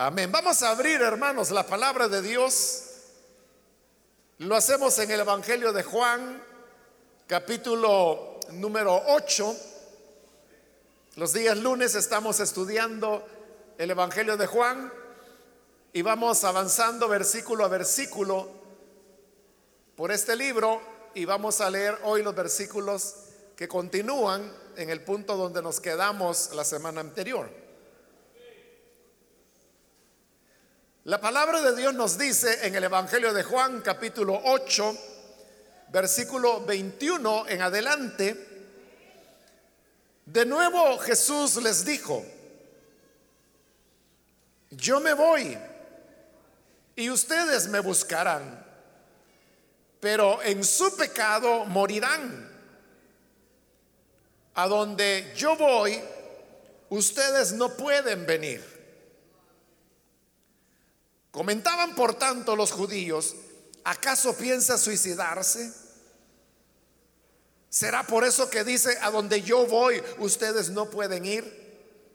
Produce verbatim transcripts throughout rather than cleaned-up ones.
Amén. Vamos a abrir, hermanos, la palabra de Dios. Lo hacemos en el Evangelio de Juan, capítulo número ocho. Los días lunes estamos estudiando el Evangelio de Juan y vamos avanzando versículo a versículo por este libro, y vamos a leer hoy los versículos que continúan en el punto donde nos quedamos la semana anterior. La palabra de Dios nos dice en el Evangelio de Juan, capítulo ocho, versículo veintiuno en adelante: de nuevo Jesús les dijo: yo me voy y ustedes me buscarán, pero en su pecado morirán. A donde yo voy, ustedes no pueden venir. Comentaban por tanto los judíos: ¿acaso piensa suicidarse? ¿Será por eso que dice: a donde yo voy, ustedes no pueden ir?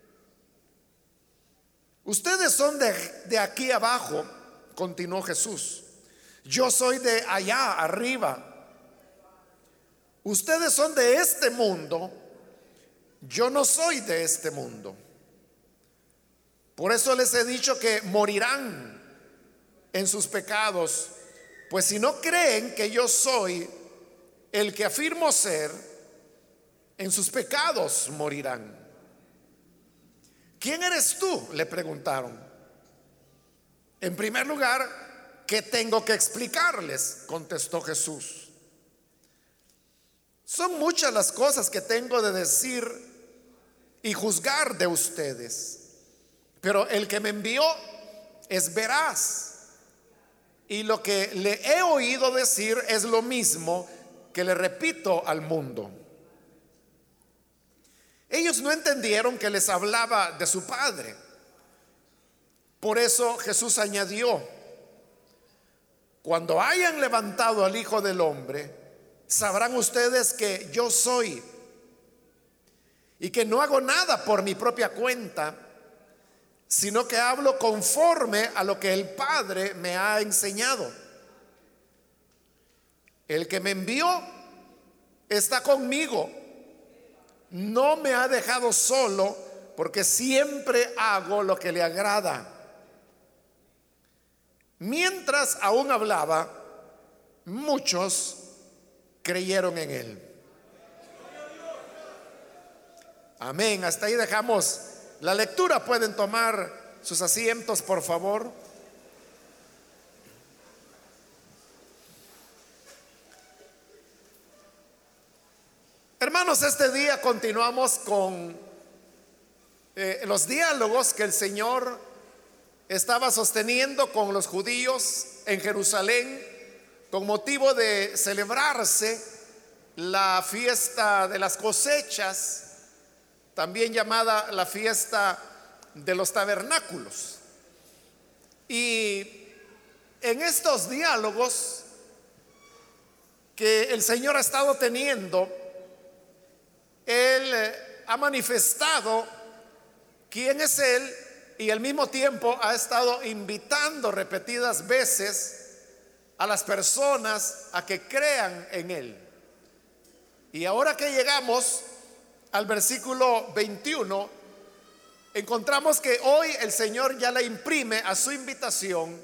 Ustedes son de, de aquí abajo, continuó Jesús. Yo soy de allá arriba. Ustedes son de este mundo. Yo no soy de este mundo. Por eso les he dicho que morirán en sus pecados, pues si no creen que yo soy el que afirmo ser, en sus pecados morirán. ¿Quién eres tú?, le preguntaron. En primer lugar, ¿qué tengo que explicarles?, contestó Jesús. Son muchas las cosas que tengo de decir y juzgar de ustedes, pero el que me envió es veraz, y lo que le he oído decir es lo mismo que le repito al mundo. Ellos no entendieron que les hablaba de su Padre. Por eso Jesús añadió: cuando hayan levantado al Hijo del Hombre, sabrán ustedes que yo soy, y que no hago nada por mi propia cuenta, sino que hablo conforme a lo que el Padre me ha enseñado. El que me envió está conmigo. No me ha dejado solo, porque siempre hago lo que le agrada. Mientras aún hablaba, muchos creyeron en él. Amén. Hasta ahí dejamos la lectura. Pueden tomar sus asientos, por favor. Hermanos, este día continuamos con eh, los diálogos que el Señor estaba sosteniendo con los judíos en Jerusalén con motivo de celebrarse la fiesta de las cosechas, también llamada la fiesta de los tabernáculos. Y en estos diálogos que el Señor ha estado teniendo, Él eh, ha manifestado quién es Él, y al mismo tiempo ha estado invitando repetidas veces a las personas a que crean en Él. Y ahora que llegamos al versículo veintiuno, encontramos que hoy el Señor ya le imprime a su invitación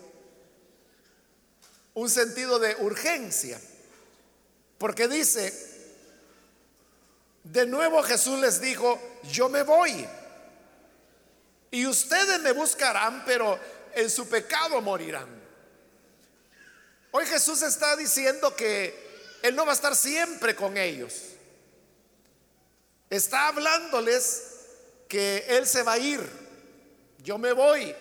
un sentido de urgencia, porque dice: de nuevo Jesús les dijo: yo me voy y ustedes me buscarán, pero en su pecado morirán. Hoy Jesús está diciendo que Él no va a estar siempre con ellos. Está hablándoles que Él se va a ir. Yo me voy.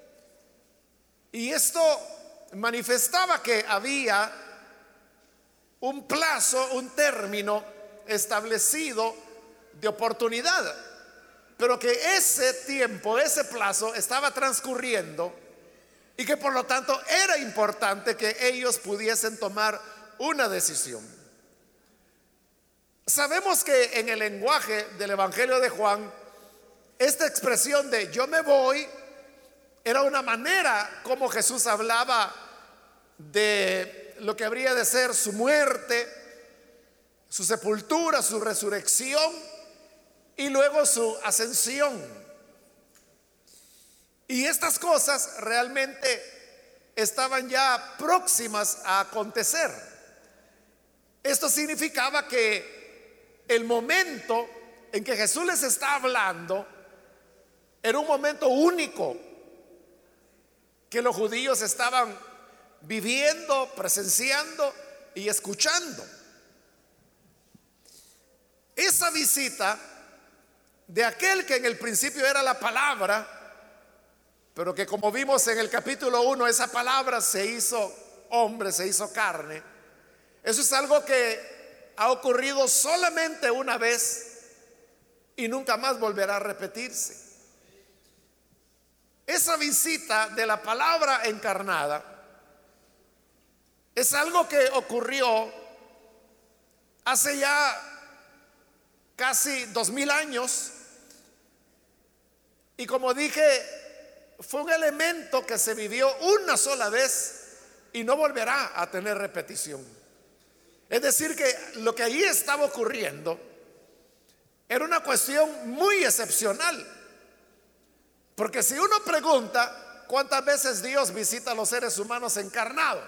Y esto manifestaba que había un plazo, un término establecido de oportunidad, pero que ese tiempo, ese plazo estaba transcurriendo, y que por lo tanto era importante que ellos pudiesen tomar una decisión. Sabemos que en el lenguaje del Evangelio de Juan, esta expresión de yo me voy Era una manera como Jesús hablaba de lo que habría de ser su muerte, su sepultura, su resurrección y luego su ascensión. Y estas cosas realmente estaban ya próximas a acontecer. Esto significaba que el momento en que Jesús les está hablando era un momento único que los judíos estaban viviendo, presenciando y escuchando. Esa visita de aquel que en el principio era la palabra, pero que, como vimos en el capítulo uno, esa palabra se hizo hombre, se hizo carne. Eso es algo que ha ocurrido solamente una vez y nunca más volverá a repetirse. Esa visita de la palabra encarnada es algo que ocurrió hace ya casi dos mil años, y como dije, fue un elemento que se vivió una sola vez y no volverá a tener repetición. Es decir, que lo que allí estaba ocurriendo era una cuestión muy excepcional. Porque si uno pregunta cuántas veces Dios visita a los seres humanos encarnados,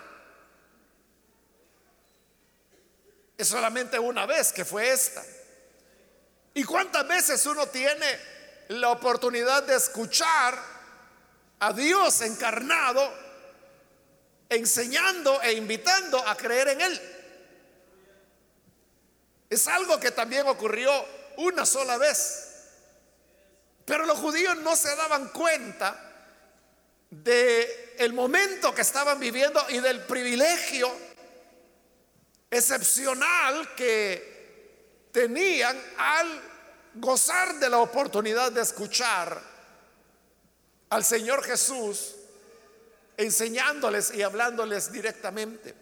es solamente una vez, que fue esta. ¿Y cuántas veces uno tiene la oportunidad de escuchar a Dios encarnado enseñando e invitando a creer en Él? Es algo que también ocurrió una sola vez. Pero los judíos no se daban cuenta de el momento que estaban viviendo y del privilegio excepcional que tenían al gozar de la oportunidad de escuchar al Señor Jesús enseñándoles y hablándoles directamente.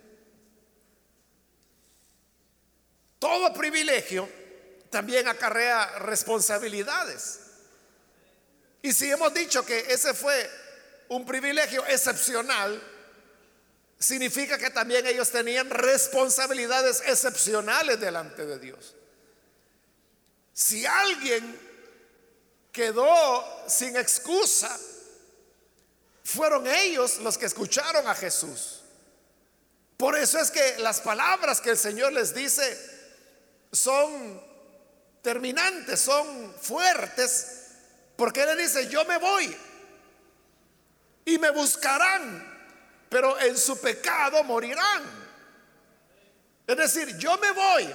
Todo privilegio también acarrea responsabilidades. Y si hemos dicho que ese fue un privilegio excepcional, significa que también ellos tenían responsabilidades excepcionales delante de Dios. Si alguien quedó sin excusa, fueron ellos los que escucharon a Jesús. Por eso es que las palabras que el Señor les dice son terminantes, son fuertes. Porque Él dice: yo me voy y me buscarán, pero en su pecado morirán. Es decir, yo me voy.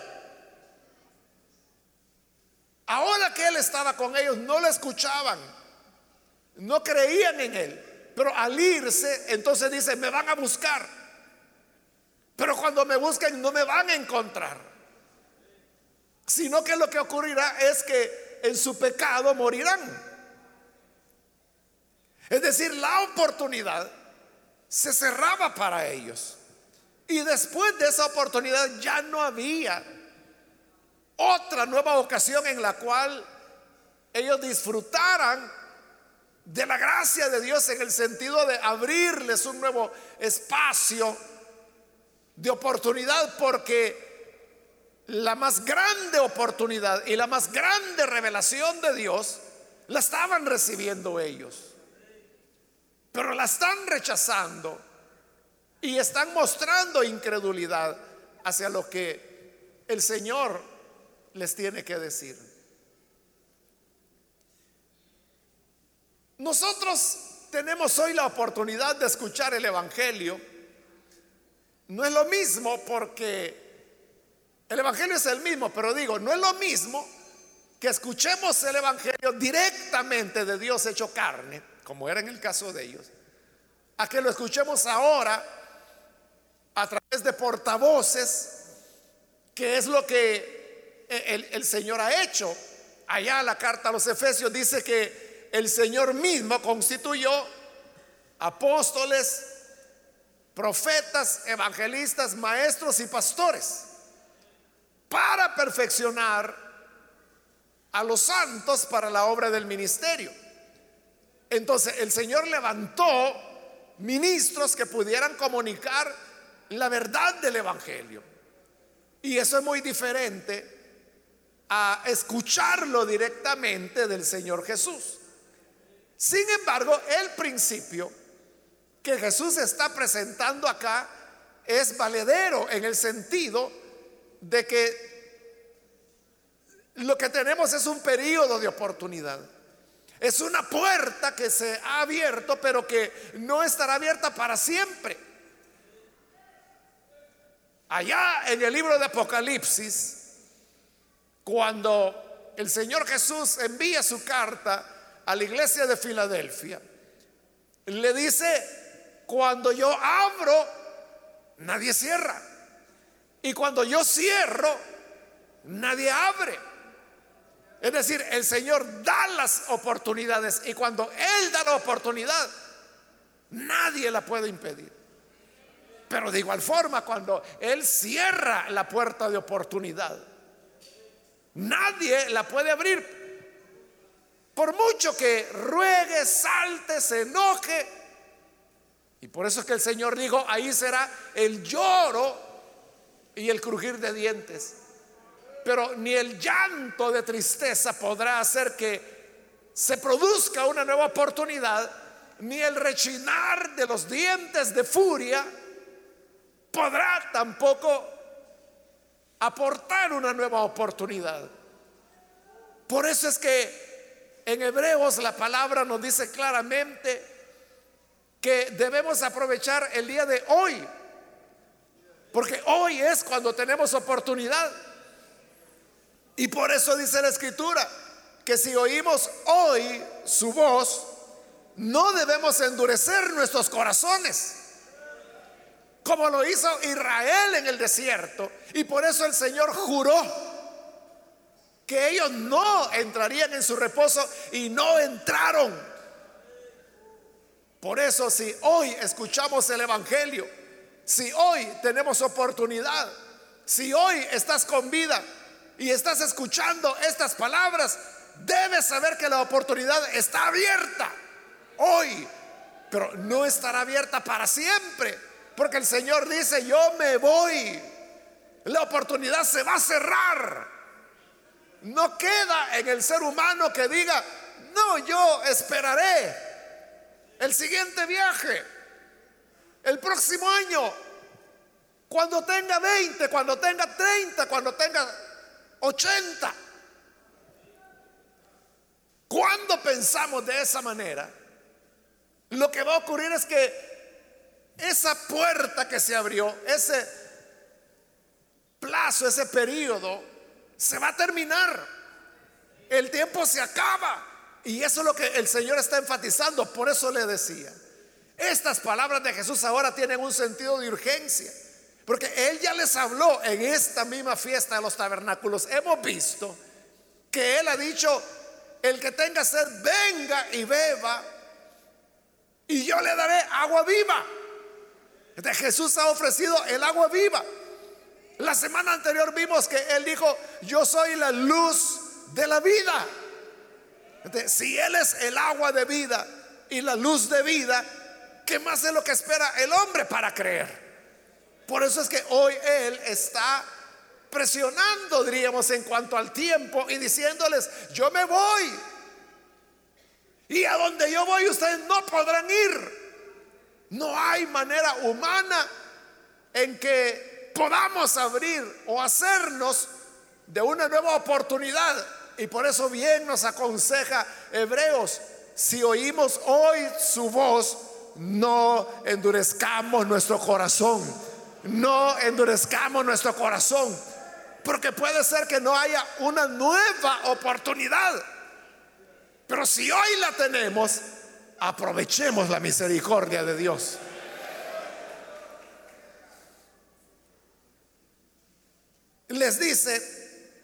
Ahora que Él estaba con ellos, no le escuchaban, no creían en Él. Pero al irse, entonces dice: me van a buscar, pero cuando me busquen no me van a encontrar. Sino que lo que ocurrirá es que en su pecado morirán. Es decir, la oportunidad se cerraba para ellos. Y después de esa oportunidad ya no había otra nueva ocasión en la cual ellos disfrutaran de la gracia de Dios, en el sentido de abrirles un nuevo espacio de oportunidad, porque la más grande oportunidad y la más grande revelación de Dios la estaban recibiendo ellos. Pero la están rechazando y están mostrando incredulidad hacia lo que el Señor les tiene que decir. Nosotros tenemos hoy la oportunidad de escuchar el Evangelio. No es lo mismo, porque el Evangelio es el mismo, pero digo, no es lo mismo que escuchemos el Evangelio directamente de Dios hecho carne, como era en el caso de ellos, a que lo escuchemos ahora a través de portavoces, que es lo que el, el Señor ha hecho. Allá la carta a los Efesios dice que el Señor mismo constituyó apóstoles, profetas, evangelistas, maestros y pastores para perfeccionar a los santos para la obra del ministerio. Entonces el Señor levantó ministros que pudieran comunicar la verdad del Evangelio. Y eso es muy diferente a escucharlo directamente del Señor Jesús. Sin embargo, el principio que Jesús está presentando acá es valedero, en el sentido de que lo que tenemos es un periodo de oportunidad. Es una puerta que se ha abierto, pero que no estará abierta para siempre. Allá en el libro de Apocalipsis, cuando el Señor Jesús envía su carta a la iglesia de Filadelfia, le dice: cuando yo abro, nadie cierra, y cuando yo cierro, nadie abre. Es decir, el Señor da las oportunidades, y cuando Él da la oportunidad, nadie la puede impedir. Pero de igual forma, cuando Él cierra la puerta de oportunidad, nadie la puede abrir. Por mucho que ruegue, salte, se enoje. Y por eso es que el Señor dijo: ahí será el lloro y el crujir de dientes. Pero ni el llanto de tristeza podrá hacer que se produzca una nueva oportunidad, ni el rechinar de los dientes de furia podrá tampoco aportar una nueva oportunidad. Por eso es que en Hebreos la palabra nos dice claramente que debemos aprovechar el día de hoy, porque hoy es cuando tenemos oportunidad. Y por eso dice la Escritura que si oímos hoy su voz, no debemos endurecer nuestros corazones, como lo hizo Israel en el desierto. Y por eso el Señor juró que ellos no entrarían en su reposo, y no entraron. Por eso, si hoy escuchamos el Evangelio, si hoy tenemos oportunidad, si hoy estás con vida y estás escuchando estas palabras, debes saber que la oportunidad está abierta hoy, pero no estará abierta para siempre, porque el Señor dice: yo me voy. La oportunidad se va a cerrar. No queda en el ser humano que diga: no, yo esperaré el siguiente viaje, el próximo año, cuando tenga veinte, cuando tenga treinta, cuando tenga ochenta. Cuando pensamos de esa manera, lo que va a ocurrir es que esa puerta que se abrió, ese plazo, ese periodo, se va a terminar. El tiempo se acaba. Y eso es lo que el Señor está enfatizando. Por eso le decía, estas palabras de Jesús ahora tienen un sentido de urgencia, porque Él ya les habló en esta misma fiesta de los tabernáculos. Hemos visto que Él ha dicho: el que tenga sed, venga y beba, y yo le daré agua viva. Entonces, Jesús ha ofrecido el agua viva. La semana anterior vimos que Él dijo: yo soy la luz de la vida. Entonces, si Él es el agua de vida y la luz de vida, ¿qué más es lo que espera el hombre para creer? Por eso es que hoy Él está presionando, diríamos, en cuanto al tiempo, y diciéndoles: yo me voy, y a donde yo voy ustedes no podrán ir. No hay manera humana en que podamos abrir o hacernos de una nueva oportunidad. Y por eso bien nos aconseja Hebreos: si oímos hoy su voz, no endurezcamos nuestro corazón. No endurezcamos nuestro corazón, porque puede ser que no haya una nueva oportunidad. Pero si hoy la tenemos, aprovechemos la misericordia de Dios. Les dice: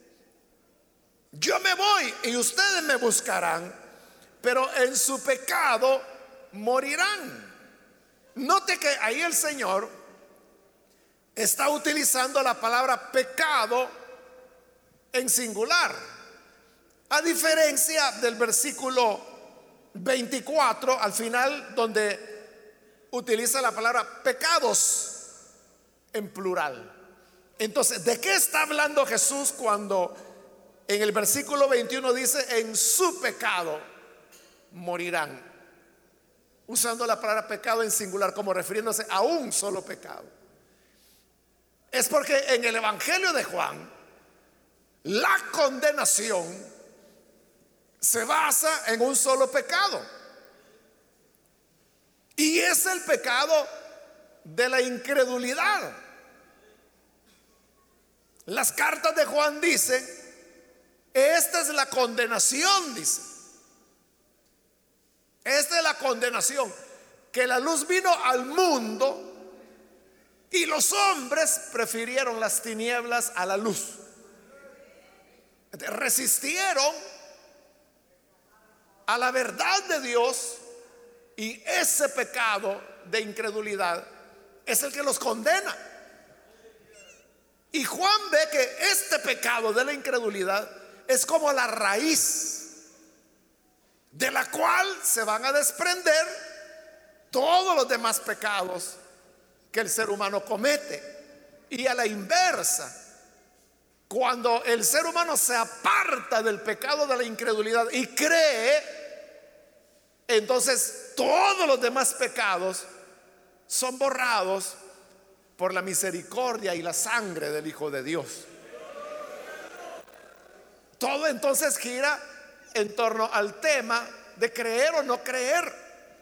yo me voy y ustedes me buscarán, pero en su pecado morirán. Note que ahí el Señor está utilizando la palabra pecado en singular, a diferencia del versículo veinticuatro, al final, donde utiliza la palabra pecados en plural. Entonces, ¿de qué está hablando Jesús cuando en el versículo veintiuno dice: en su pecado morirán? Usando la palabra pecado en singular, como refiriéndose a un solo pecado. Es porque en el Evangelio de Juan la condenación se basa en un solo pecado, y es el pecado de la incredulidad. Las cartas de Juan dicen: esta es la condenación, dice. Esta es la condenación, que la luz vino al mundo y los hombres prefirieron las tinieblas a la luz. Resistieron a la verdad de Dios, y ese pecado de incredulidad es el que los condena. Y Juan ve que este pecado de la incredulidad es como la raíz de la cual se van a desprender todos los demás pecados que el ser humano comete. Y a la inversa, cuando el ser humano se aparta del pecado de la incredulidad y cree, entonces todos los demás pecados son borrados por la misericordia y la sangre del Hijo de Dios. Todo entonces gira en torno al tema de creer o no creer.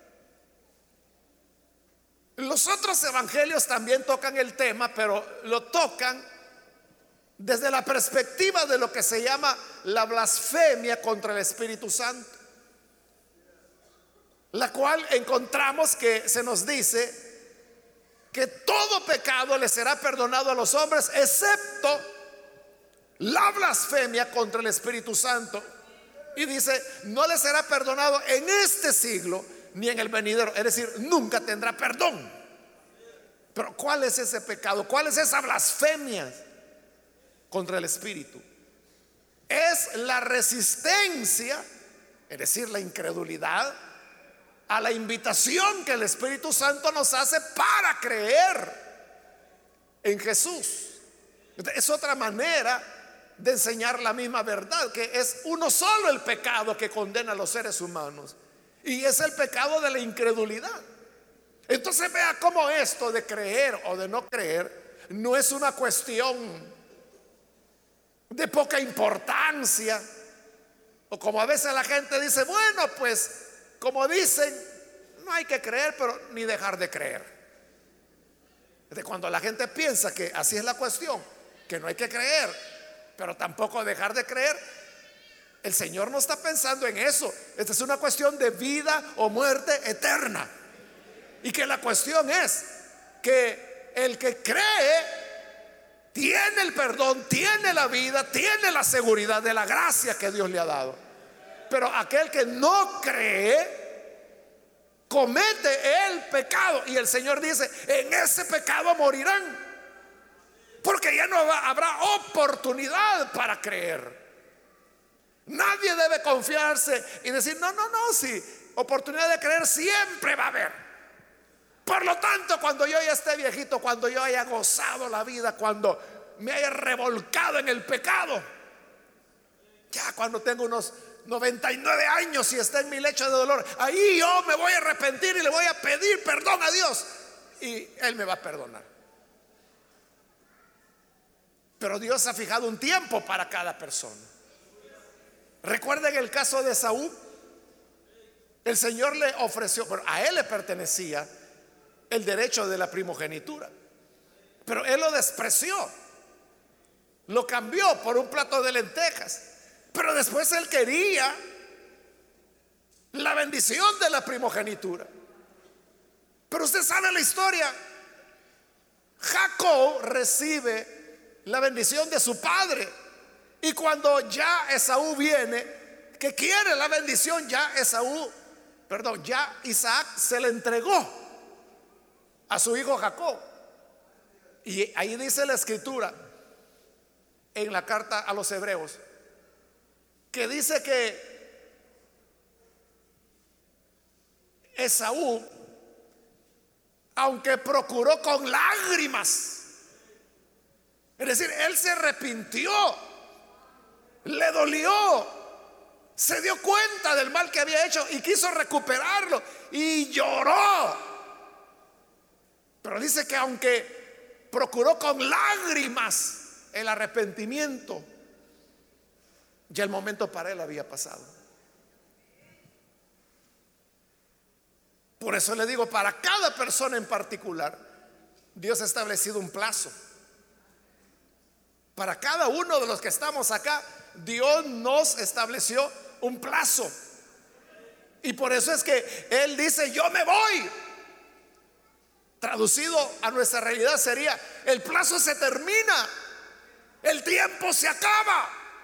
Los otros evangelios también tocan el tema, pero lo tocan desde la perspectiva de lo que se llama la blasfemia contra el Espíritu Santo, la cual encontramos que se nos dice que todo pecado le será perdonado a los hombres, excepto la blasfemia contra el Espíritu Santo. Y dice: no le será perdonado en este siglo ni en el venidero. Es decir, nunca tendrá perdón. Pero ¿cuál es ese pecado? ¿Cuál es esa blasfemia contra el Espíritu? Es la resistencia, es decir, la incredulidad a la invitación que el Espíritu Santo nos hace para creer en Jesús. Es otra manera de enseñar la misma verdad, que es uno solo el pecado que condena a los seres humanos, y es el pecado de la incredulidad. Entonces vea cómo esto de creer o de no creer no es una cuestión de poca importancia, o como a veces la gente dice: bueno, pues como dicen, no hay que creer, pero ni dejar de creer. De cuando la gente piensa que así es la cuestión, que no hay que creer pero tampoco dejar de creer, el Señor no está pensando en eso. Esta es una cuestión de vida o muerte eterna, y que la cuestión es que el que cree tiene el perdón, tiene la vida, tiene la seguridad de la gracia que Dios le ha dado. Pero aquel que no cree comete el pecado, y el Señor dice: en ese pecado morirán, porque ya no va, habrá oportunidad para creer. Nadie debe confiarse y decir: no, no, no, sí, oportunidad de creer siempre va a haber. Por lo tanto, cuando yo ya esté viejito, cuando yo haya gozado la vida, cuando me haya revolcado en el pecado, ya cuando tengo unos noventa y nueve años y esté en mi lecho de dolor, ahí yo me voy a arrepentir y le voy a pedir perdón a Dios, y Él me va a perdonar. Pero Dios ha fijado un tiempo para cada persona. Recuerden el caso de Esaú. El Señor le ofreció, pero a él le pertenecía el derecho de la primogenitura, pero él lo despreció, lo cambió por un plato de lentejas. Pero después él quería la bendición de la primogenitura. Pero usted sabe la historia. Jacob recibe la bendición de su padre, y cuando ya Esaú viene, que quiere la bendición, ya Esaú, perdón, ya Isaac se le entregó a su hijo Jacob. Y ahí dice la escritura en la carta a los hebreos, que dice que Esaú, aunque procuró con lágrimas, es decir, él se arrepintió, le dolió, se dio cuenta del mal que había hecho y quiso recuperarlo y lloró. Pero dice que aunque procuró con lágrimas el arrepentimiento, ya el momento para él había pasado. Por eso le digo, para cada persona en particular, Dios ha establecido un plazo. Para cada uno de los que estamos acá, Dios nos estableció un plazo. Y por eso es que Él dice, yo me voy. Traducido a nuestra realidad sería, el plazo se termina, el tiempo se acaba.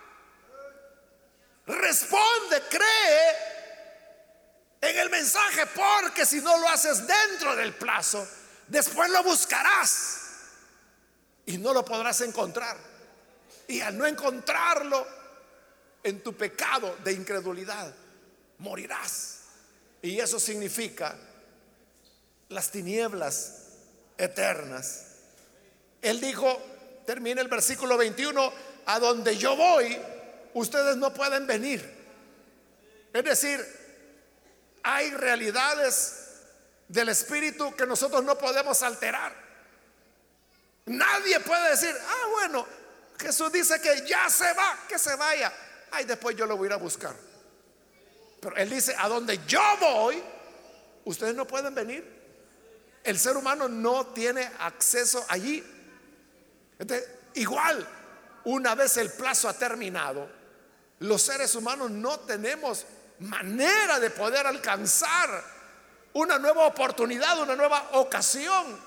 Responde, cree en el mensaje, porque si no lo haces dentro del plazo, después lo buscarás y no lo podrás encontrar. Y al no encontrarlo, en tu pecado de incredulidad morirás. Y eso significa las tinieblas eternas. Él dijo, termina el versículo veintiuno, a donde yo voy, ustedes no pueden venir. Es decir, hay realidades del espíritu que nosotros no podemos alterar. Nadie puede decir, ah, bueno, Jesús dice que ya se va, que se vaya. Ay, después yo lo voy a ir a buscar. Pero Él dice, a donde yo voy, ustedes no pueden venir. El ser humano no tiene acceso allí. Entonces, igual, una vez el plazo ha terminado, los seres humanos no tenemos manera de poder alcanzar una nueva oportunidad, una nueva ocasión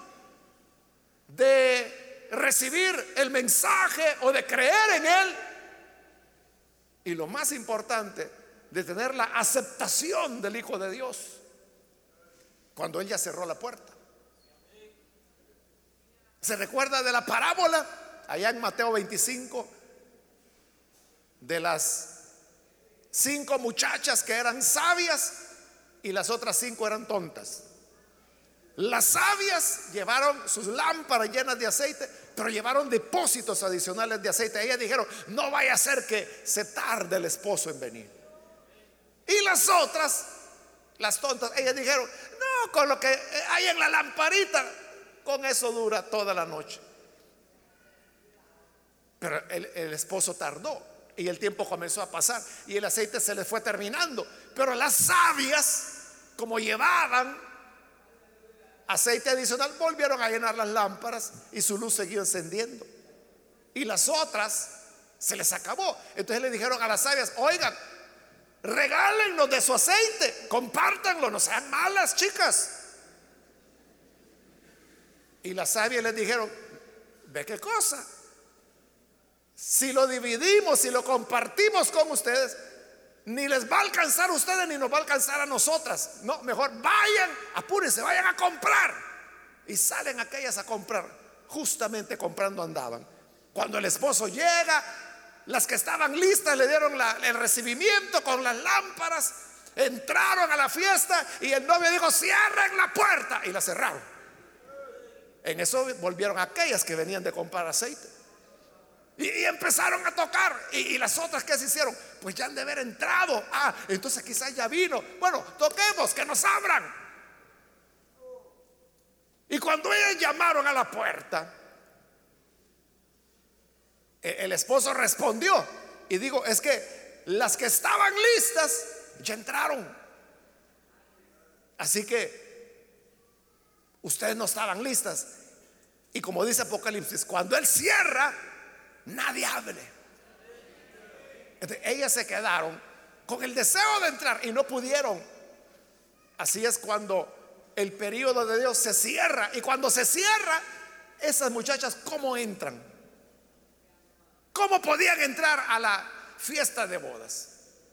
de recibir el mensaje o de creer en él. Y lo más importante, de tener la aceptación del Hijo de Dios cuando él ya cerró la puerta. ¿Se recuerda de la parábola allá en Mateo veinticinco de las cinco muchachas que eran sabias y las otras cinco eran tontas? Las sabias llevaron sus lámparas llenas de aceite, pero llevaron depósitos adicionales de aceite. Ellas dijeron, no vaya a ser que se tarde el esposo en venir. Y las otras, las tontas, ellas dijeron, no, con lo que hay en la lamparita, con eso dura toda la noche. Pero el, el esposo tardó y el tiempo comenzó a pasar y el aceite se les fue terminando. Pero las sabias, como llevaban aceite adicional, volvieron a llenar las lámparas y su luz siguió encendiendo. Y las otras se les acabó. Entonces le dijeron a las sabias, oigan, regálennos de su aceite, compártanlo, no sean malas, chicas. Y las sabias les dijeron, ¿ve qué cosa? Si lo dividimos, si lo compartimos con ustedes, ni les va a alcanzar a ustedes ni nos va a alcanzar a nosotras. No, mejor vayan, apúrense, vayan a comprar. Y salen aquellas a comprar. Justamente comprando andaban. Cuando el esposo llega, las que estaban listas le dieron la, el recibimiento con las lámparas, entraron a la fiesta y el novio dijo, cierren la puerta, y la cerraron. En eso volvieron aquellas que venían de comprar aceite. Y, y empezaron a tocar. Y, y las otras que se hicieron, pues ya han de haber entrado. Ah, entonces quizás ya vino. Bueno, toquemos, que nos abran. Y cuando ellas llamaron a la puerta, el esposo respondió. Y digo, es que las que estaban listas ya entraron. Así que ustedes no estaban listas. Y como dice Apocalipsis, cuando él cierra, nadie hable. Entonces, ellas se quedaron con el deseo de entrar y no pudieron. Así es cuando el periodo de Dios se cierra. Y cuando se cierra, esas muchachas, ¿cómo entran? ¿Cómo podían entrar a la fiesta de bodas?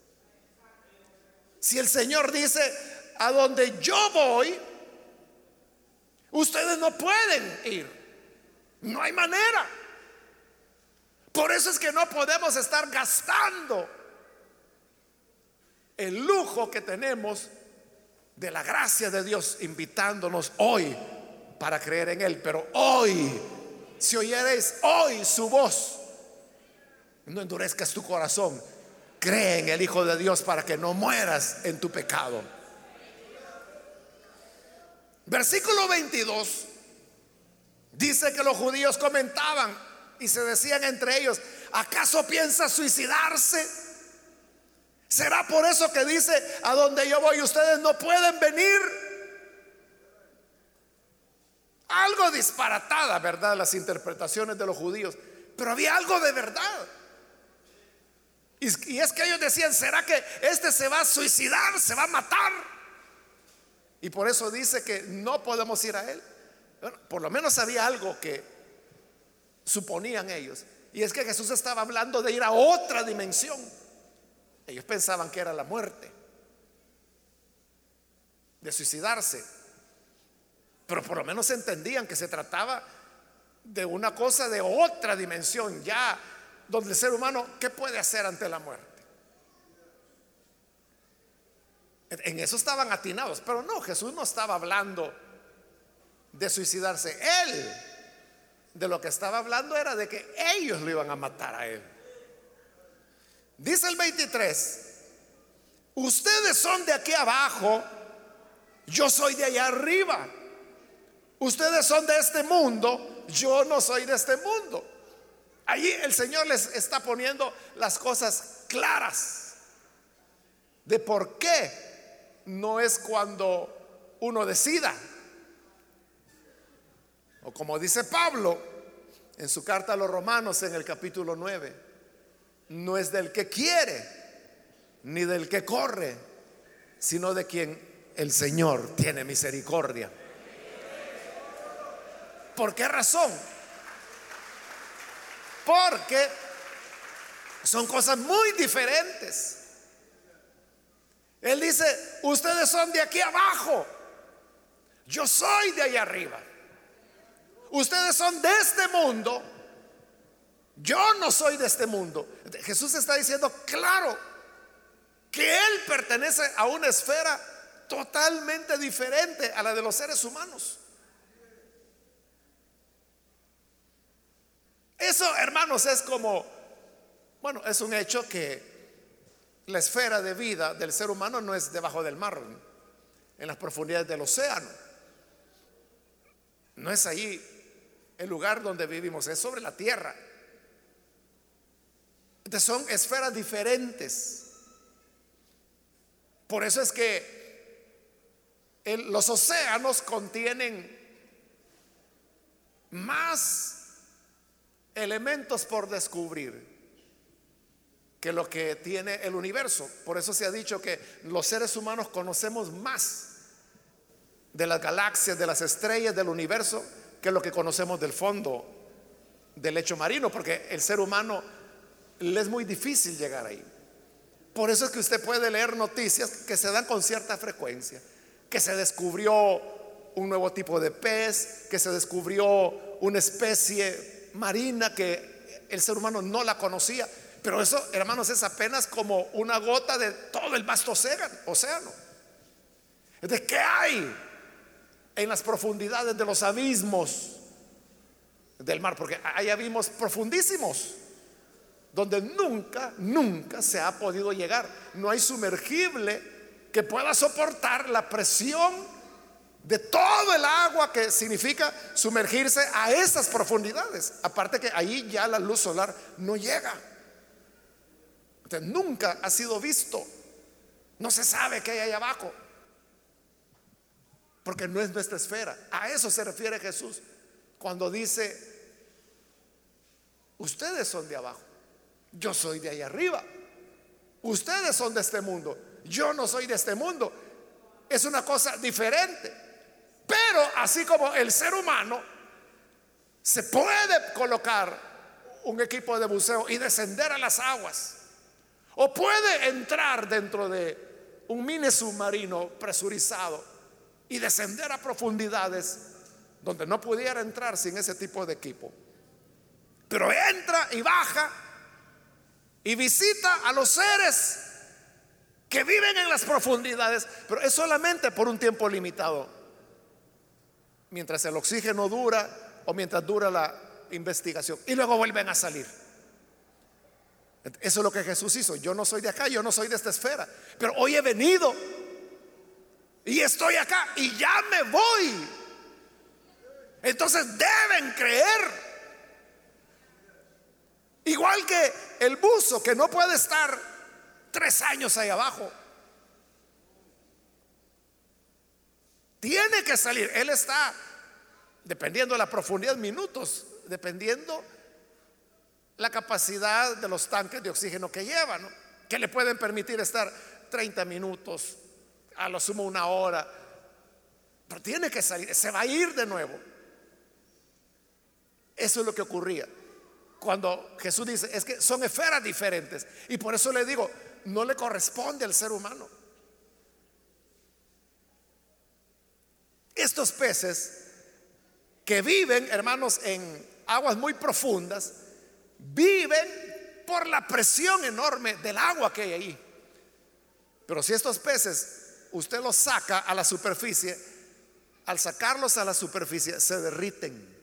Si el Señor dice, a donde yo voy, ustedes no pueden ir. No hay manera. Por eso es que no podemos estar gastando el lujo que tenemos de la gracia de Dios invitándonos hoy para creer en Él. Pero hoy, si oyereis hoy su voz, no endurezcas tu corazón. Cree en el Hijo de Dios para que no mueras en tu pecado. Versículo veintidós dice que los judíos comentaban y se decían entre ellos: ¿acaso piensa suicidarse? ¿Será por eso que dice: a donde yo voy ustedes no pueden venir? Algo disparatada, ¿verdad?, las interpretaciones de los judíos, pero había algo de verdad. Y, y es que ellos decían: ¿será que este se va a suicidar, se va a matar? Y por eso dice que no podemos ir a él. Bueno, por lo menos había algo que suponían ellos, y es que Jesús estaba hablando de ir a otra dimensión. Ellos pensaban que era la muerte, de suicidarse, pero por lo menos entendían que se trataba de una cosa de otra dimensión, ya donde el ser humano, ¿qué puede hacer ante la muerte? En eso estaban atinados, pero no, Jesús no estaba hablando de suicidarse. Él, de lo que estaba hablando era de que ellos lo iban a matar a él. Dice el veintitrés: ustedes son de aquí abajo, yo soy de allá arriba. Ustedes son de este mundo, yo no soy de este mundo. Allí el Señor les está poniendo las cosas claras de por qué no es cuando uno decida, o como dice Pablo en su carta a los Romanos en el capítulo nueve: no es del que quiere ni del que corre, sino de quien el Señor tiene misericordia. ¿Por qué razón? Porque son cosas muy diferentes. Él dice: ustedes son de aquí abajo, yo soy de allá arriba. Ustedes son de este mundo, yo no soy de este mundo. Jesús está diciendo claro que Él pertenece a una esfera totalmente diferente a la de los seres humanos. Eso, hermanos, es como, bueno, es un hecho que la esfera de vida del ser humano no es debajo del mar, en las profundidades del océano. No es allí el lugar donde vivimos, es sobre la tierra. Entonces son esferas diferentes. Por eso es que el, los océanos contienen más elementos por descubrir que lo que tiene el universo. Por eso se ha dicho que los seres humanos conocemos más de las galaxias, de las estrellas, del universo, que lo que conocemos del fondo del lecho marino, porque el ser humano le es muy difícil llegar ahí. Por eso es que usted puede leer noticias que se dan con cierta frecuencia, que se descubrió un nuevo tipo de pez, que se descubrió una especie marina que el ser humano no la conocía. Pero eso, hermanos, es apenas como una gota de todo el vasto océano. Entonces, ¿qué hay en las profundidades de los abismos del mar? Porque hay abismos profundísimos donde nunca, nunca se ha podido llegar. No hay sumergible que pueda soportar la presión de todo el agua que significa sumergirse a esas profundidades. Aparte que ahí ya la luz solar no llega. Entonces, nunca ha sido visto. No se sabe qué hay ahí abajo, porque no es nuestra esfera. A eso se refiere Jesús cuando dice: ustedes son de abajo, yo soy de ahí arriba. Ustedes son de este mundo, yo no soy de este mundo. Es una cosa diferente. Pero así como el ser humano se puede colocar un equipo de buceo y descender a las aguas, o puede entrar dentro de un mini submarino presurizado y descender a profundidades donde no pudiera entrar sin ese tipo de equipo, pero entra y baja y visita a los seres que viven en las profundidades, pero es solamente por un tiempo limitado, mientras el oxígeno dura o mientras dura la investigación, y luego vuelven a salir. Eso es lo que Jesús hizo. Yo no soy de acá, yo no soy de esta esfera, pero hoy he venido y estoy acá y ya me voy. Entonces deben creer. Igual que el buzo que no puede estar tres años ahí abajo, tiene que salir. Él está, dependiendo de la profundidad, minutos, dependiendo la capacidad de los tanques de oxígeno que lleva, ¿no? Que le pueden permitir estar treinta minutos, a lo sumo una hora, pero tiene que salir, se va a ir de nuevo. Eso es lo que ocurría cuando Jesús dice, es que son esferas diferentes, y por eso le digo, no le corresponde al ser humano. Estos peces que viven, hermanos, en aguas muy profundas, viven por la presión enorme del agua que hay ahí. Pero si estos peces usted los saca a la superficie, al sacarlos a la superficie se derriten,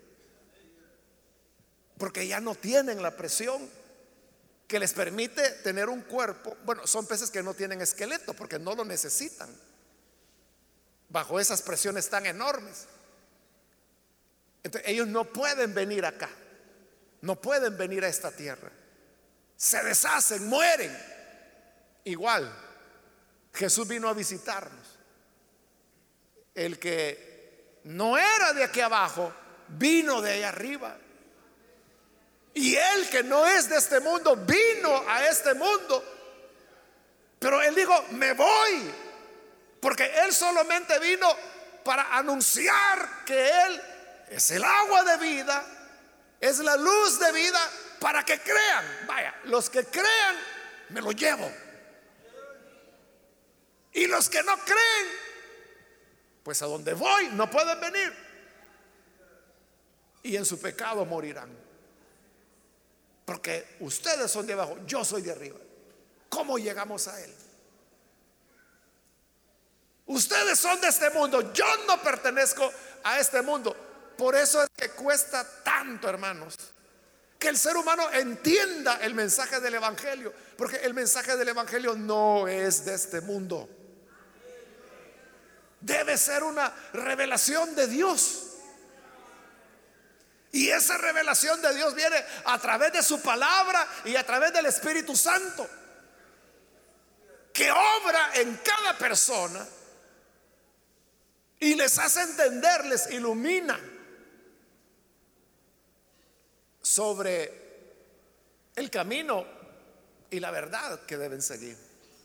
porque ya no tienen la presión que les permite tener un cuerpo. Bueno, son peces que no tienen esqueleto porque no lo necesitan bajo esas presiones tan enormes. Entonces ellos no pueden venir acá, no pueden venir a esta tierra, se deshacen, mueren. Igual Jesús vino a visitarnos. El que no era de aquí abajo vino de allá arriba, y el que no es de este mundo vino a este mundo. Pero él dijo, me voy, porque él solamente vino para anunciar que él es el agua de vida, es la luz de vida, para que crean. Vaya, los que crean me lo llevo, y los que no creen, pues a donde voy no pueden venir, y en su pecado morirán. Porque ustedes son de abajo, yo soy de arriba. ¿Cómo llegamos a él? Ustedes son de este mundo, yo no pertenezco a este mundo. Por eso es que cuesta tanto, hermanos, que el ser humano entienda el mensaje del evangelio, porque el mensaje del evangelio no es de este mundo. Debe ser una revelación de Dios. Y esa revelación de Dios viene a través de su palabra y a través del Espíritu Santo, que obra en cada persona y les hace entender, les ilumina sobre el camino y la verdad que deben seguir.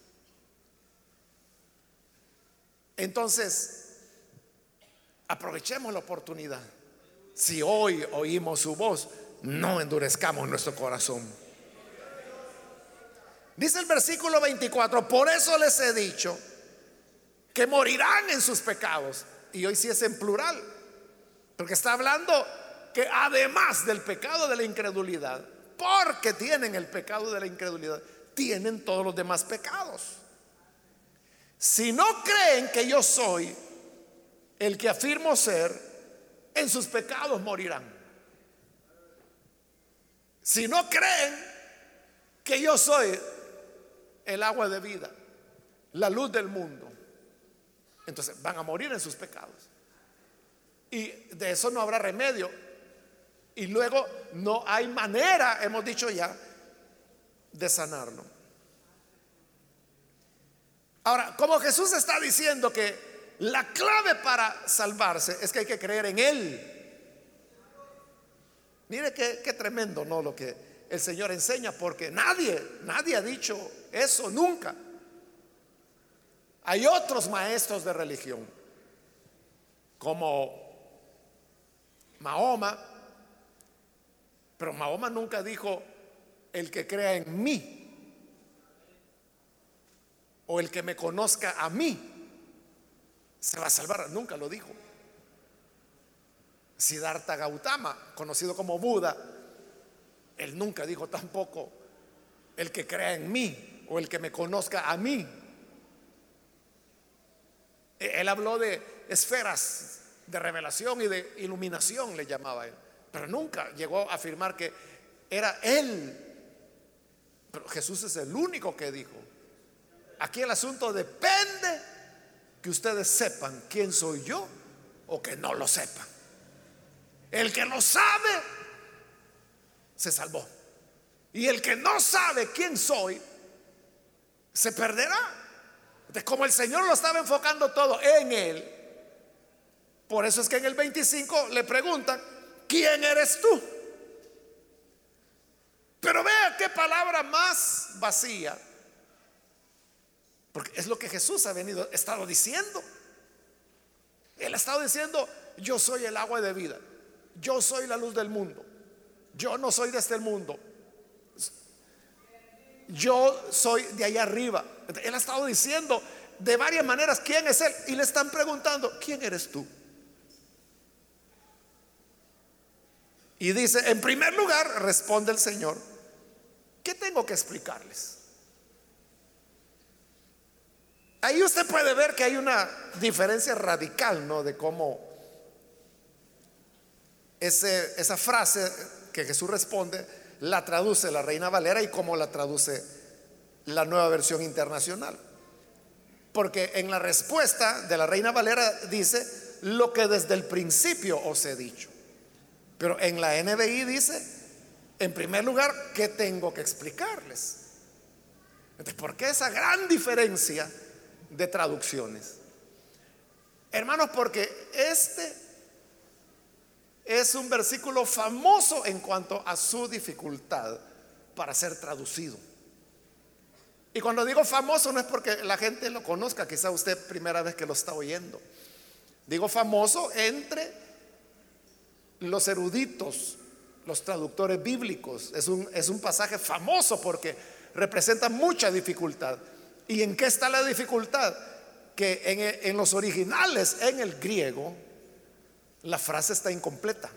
Entonces, aprovechemos la oportunidad. Si hoy oímos su voz, no endurezcamos nuestro corazón. Dice el versículo veinticuatro, por eso les he dicho que morirán en sus pecados. Y hoy sí es en plural, porque está hablando que además del pecado de la incredulidad, porque tienen el pecado de la incredulidad, tienen todos los demás pecados. Si no creen que yo soy el que afirmo ser, en sus pecados morirán. Si no creen que yo soy el agua de vida, la luz del mundo, entonces van a morir en sus pecados, y de eso no habrá remedio. Y luego no hay manera, hemos dicho ya, de sanarlo. Ahora, como Jesús está diciendo que la clave para salvarse es que hay que creer en Él. Mire qué, qué tremendo, ¿no? Lo que el Señor enseña, porque nadie, nadie ha dicho eso nunca. Hay otros maestros de religión, como Mahoma, pero Mahoma nunca dijo el que crea en mí o el que me conozca a mí se va a salvar, nunca lo dijo. Siddhartha Gautama, conocido como Buda, él nunca dijo tampoco el que crea en mí o el que me conozca a mí. Él habló de esferas de revelación y de iluminación, le llamaba él, pero nunca llegó a afirmar que era él. Pero Jesús es el único que dijo: aquí el asunto depende que ustedes sepan quién soy yo o que no lo sepan. El que lo sabe se salvó, y el que no sabe quién soy se perderá. Entonces, como el Señor lo estaba enfocando todo en él, por eso es que en el veinticinco le preguntan: ¿quién eres tú? Pero vea qué palabra más vacía, porque es lo que Jesús ha venido, estado diciendo. Él ha estado diciendo: yo soy el agua de vida, yo soy la luz del mundo, yo no soy de este mundo, yo soy de allá arriba. Él ha estado diciendo de varias maneras quién es él, y le están preguntando: ¿quién eres tú? Y dice, en primer lugar, responde el Señor: ¿qué tengo que explicarles? Ahí usted puede ver que hay una diferencia radical, ¿no? De cómo ese, esa frase que Jesús responde la traduce la Reina Valera y cómo la traduce la Nueva Versión Internacional. Porque en la respuesta de la Reina Valera dice: lo que desde el principio os he dicho. Pero en la N B I dice: en primer lugar, ¿qué tengo que explicarles? Entonces, ¿por qué esa gran diferencia de traducciones? Hermanos, porque este es un versículo famoso en cuanto a su dificultad para ser traducido. Y cuando digo famoso, no es porque la gente lo conozca, quizá usted primera vez que lo está oyendo. Digo famoso entre los eruditos, los traductores bíblicos. Es un, es un pasaje famoso porque representa mucha dificultad. ¿Y en qué está la dificultad? Que en, en los originales, en el griego, la frase está incompleta.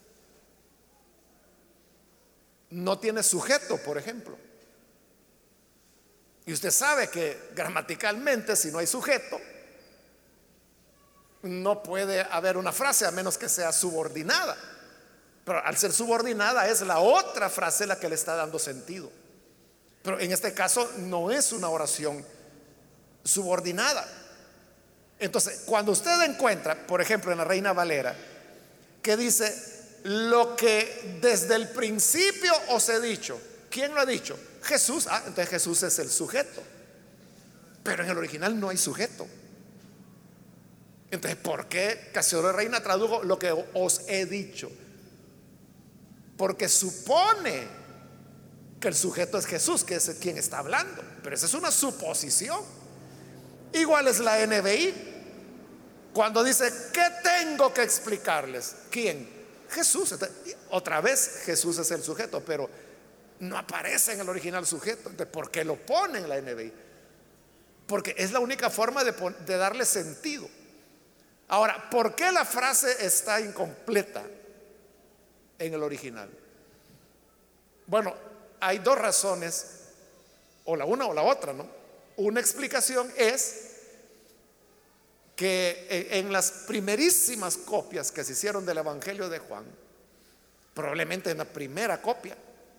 No tiene sujeto, por ejemplo. Y usted sabe que gramaticalmente, si no hay sujeto, no puede haber una frase a menos que sea subordinada. Pero al ser subordinada es la otra frase la que le está dando sentido. Pero en este caso no es una oración subordinada. Entonces, cuando usted encuentra, por ejemplo, en la Reina Valera, que dice: lo que desde el principio os he dicho. ¿Quién lo ha dicho? Jesús. Ah, entonces Jesús es el sujeto. Pero en el original no hay sujeto. Entonces, ¿por qué Casiodoro Reina tradujo lo que os he dicho? Porque supone que el sujeto es Jesús, que es quien está hablando. Pero esa es una suposición. Igual es la N B I. Cuando dice: ¿qué tengo que explicarles? ¿Quién? Jesús. Entonces, otra vez Jesús es el sujeto, pero no aparece en el original sujeto. Entonces, ¿por qué lo pone en la N B I? Porque es la única forma de, de darle sentido. Ahora, ¿por qué la frase está incompleta en el original? Bueno, hay dos razones, o la una o la otra, ¿no? Una explicación es que en las primerísimas copias que se hicieron del Evangelio de Juan, probablemente en la primera copia,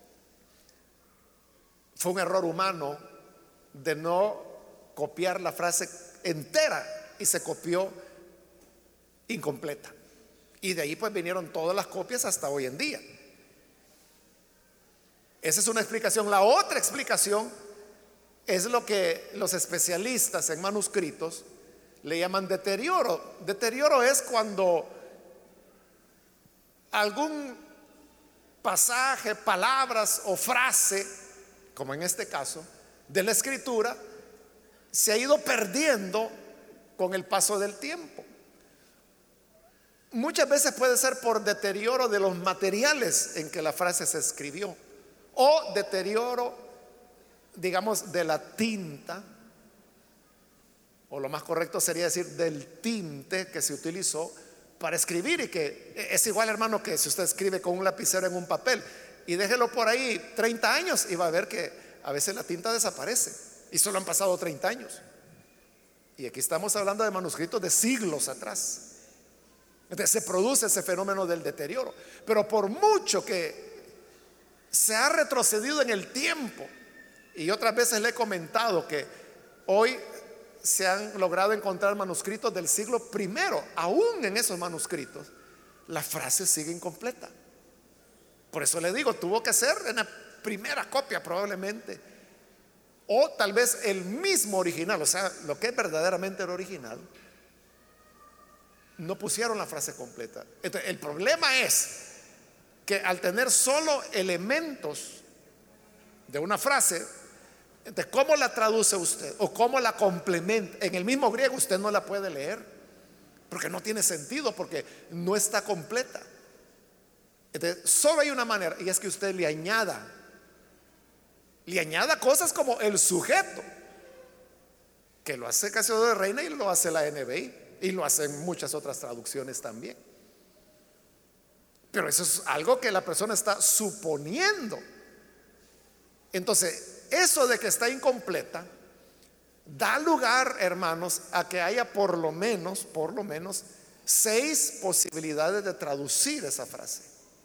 fue un error humano de no copiar la frase entera y se copió incompleta. Y de ahí pues vinieron todas las copias hasta hoy en día. Esa es una explicación. La otra explicación es lo que los especialistas en manuscritos le llaman deterioro. Deterioro es cuando algún pasaje, palabras o frase, como en este caso, de la escritura, se ha ido perdiendo con el paso del tiempo. Muchas veces puede ser por deterioro de los materiales en que la frase se escribió, o deterioro, digamos, de la tinta, o lo más correcto sería decir del tinte que se utilizó para escribir. Y que es igual, hermano, que si usted escribe con un lapicero en un papel y déjelo por ahí treinta años y va a ver que a veces la tinta desaparece y solo han pasado treinta años. Y aquí estamos hablando de manuscritos de siglos atrás. Entonces se produce ese fenómeno del deterioro. Pero por mucho que se ha retrocedido en el tiempo, y otras veces le he comentado que hoy se han logrado encontrar manuscritos del siglo primero, aún en esos manuscritos la frase sigue incompleta. Por eso le digo, tuvo que ser en la primera copia probablemente, o tal vez el mismo original, o sea, lo que es verdaderamente el original, no pusieron la frase completa. Entonces, el problema es que al tener solo elementos de una frase, entonces, ¿cómo la traduce usted? ¿O cómo la complementa? En el mismo griego usted no la puede leer, porque no tiene sentido, porque no está completa. Entonces, solo hay una manera, y es que usted le añada, le añada cosas como el sujeto, que lo hace Casiodoro de Reina y lo hace la N B I, y lo hacen muchas otras traducciones también. Pero eso es algo que la persona está suponiendo. Entonces, eso de que está incompleta da lugar, hermanos, a que haya por lo menos, por lo menos, seis posibilidades de traducir esa frase.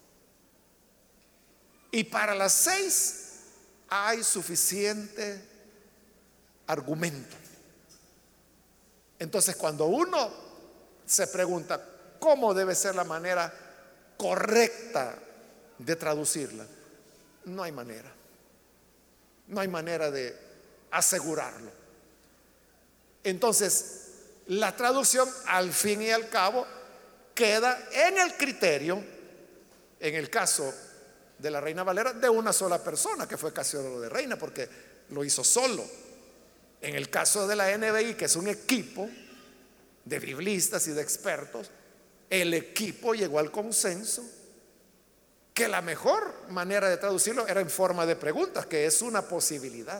Y para las seis hay suficiente argumento. Entonces, cuando uno se pregunta cómo debe ser la manera correcta de traducirla, no hay manera. No hay manera de asegurarlo. Entonces, la traducción al fin y al cabo queda en el criterio, en el caso de la Reina Valera, de una sola persona, que fue Casiodoro de Reina, porque lo hizo solo. En el caso de la N B I, que es un equipo de biblistas y de expertos, el equipo llegó al consenso que la mejor manera de traducirlo era en forma de preguntas, que es una posibilidad.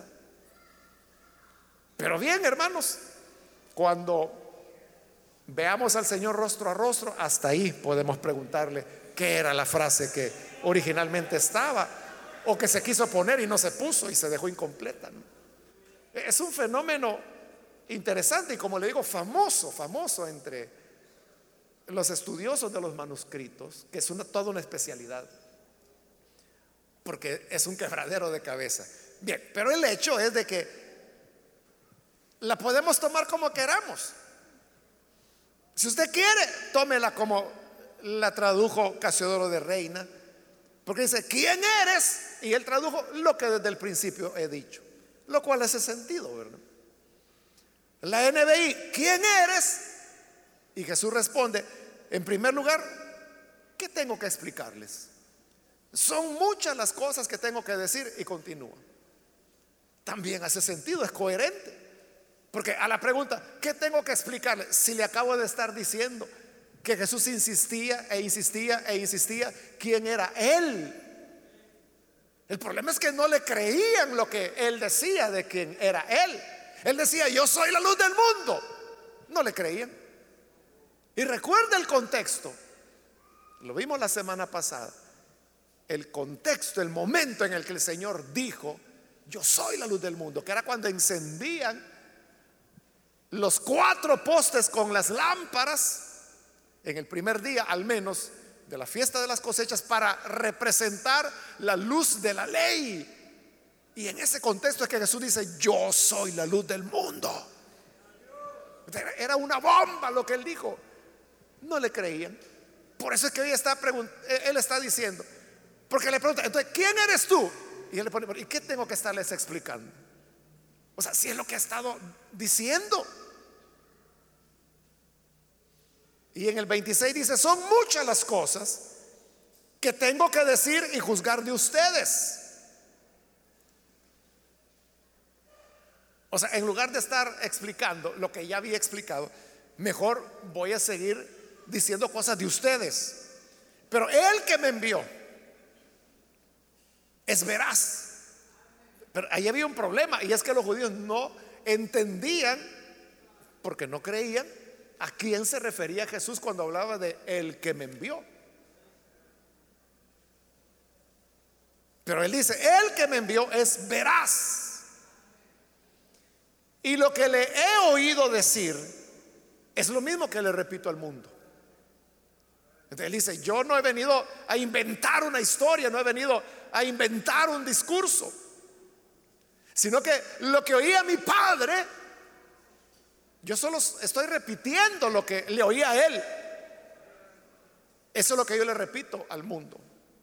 Pero bien, hermanos, cuando veamos al Señor rostro a rostro, hasta ahí podemos preguntarle qué era la frase que originalmente estaba, o que se quiso poner y no se puso y se dejó incompleta, ¿no? Es un fenómeno interesante y, como le digo, famoso, famoso entre los estudiosos de los manuscritos, que es una, toda una especialidad, porque es un quebradero de cabeza. Bien, pero el hecho es de que la podemos tomar como queramos. Si usted quiere, tómela como la tradujo Casiodoro de Reina, porque dice, ¿quién eres? Y él tradujo lo que desde el principio he dicho, lo cual hace sentido, ¿verdad? La N B I, ¿quién eres? Y Jesús responde, en primer lugar, ¿qué tengo que explicarles? Son muchas las cosas que tengo que decir, y continúa. También hace sentido, es coherente, porque a la pregunta, ¿qué tengo que explicarles? Si le acabo de estar diciendo que Jesús insistía e insistía e insistía quién era Él. El problema es que no le creían lo que Él decía de quién era Él. Él decía, yo soy la luz del mundo. No le creían. Y recuerda el contexto, lo vimos la semana pasada. El contexto, el momento en el que el Señor dijo, yo soy la luz del mundo, que era cuando encendían los cuatro postes con las lámparas en el primer día, al menos, de la fiesta de las cosechas, para representar la luz de la ley. Y en ese contexto es que Jesús dice, yo soy la luz del mundo. Era una bomba lo que él dijo. No le creían. Por eso es que hoy está él está diciendo, porque le pregunta, entonces, ¿quién eres tú? Y él le pone, ¿y qué tengo que estarles explicando? O sea, si es lo que ha estado diciendo. Y en el veintiséis dice, son muchas las cosas que tengo que decir y juzgar de ustedes. O sea, en lugar de estar explicando lo que ya había explicado, mejor voy a seguir diciendo cosas de ustedes. Pero el que me envió es veraz. Pero ahí había un problema, y es que los judíos no entendían, porque no creían a quién se refería Jesús cuando hablaba de el que me envió. Pero él dice, el que me envió es veraz. Y lo que le he oído decir es lo mismo que le repito al mundo. Entonces él dice, yo no he venido a inventar una historia, no he venido a inventar un discurso, sino que lo que oí a mi padre, yo solo estoy repitiendo lo que le oí a él. Eso es lo que yo le repito al mundo.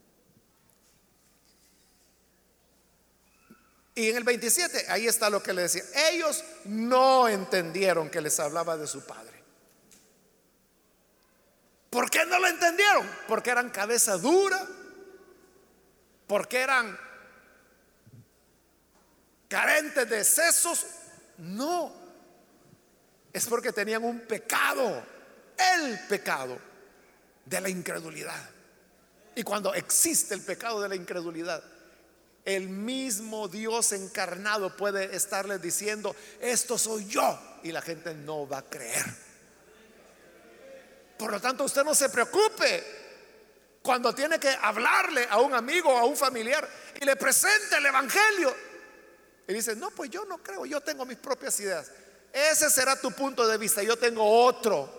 Y en el veintisiete, ahí está lo que le decía. Ellos no entendieron que les hablaba de su padre. ¿Por qué no lo entendieron? Porque eran cabeza dura, porque eran carentes de sesos. No, es porque tenían un pecado, el pecado de la incredulidad. Y cuando existe el pecado de la incredulidad, el mismo Dios encarnado puede estarles diciendo, esto soy yo, y la gente no va a creer. Por lo tanto, usted no se preocupe cuando tiene que hablarle a un amigo o a un familiar y le presente el evangelio y dice, no, pues yo no creo, yo tengo mis propias ideas. Ese será tu punto de vista, yo tengo otro.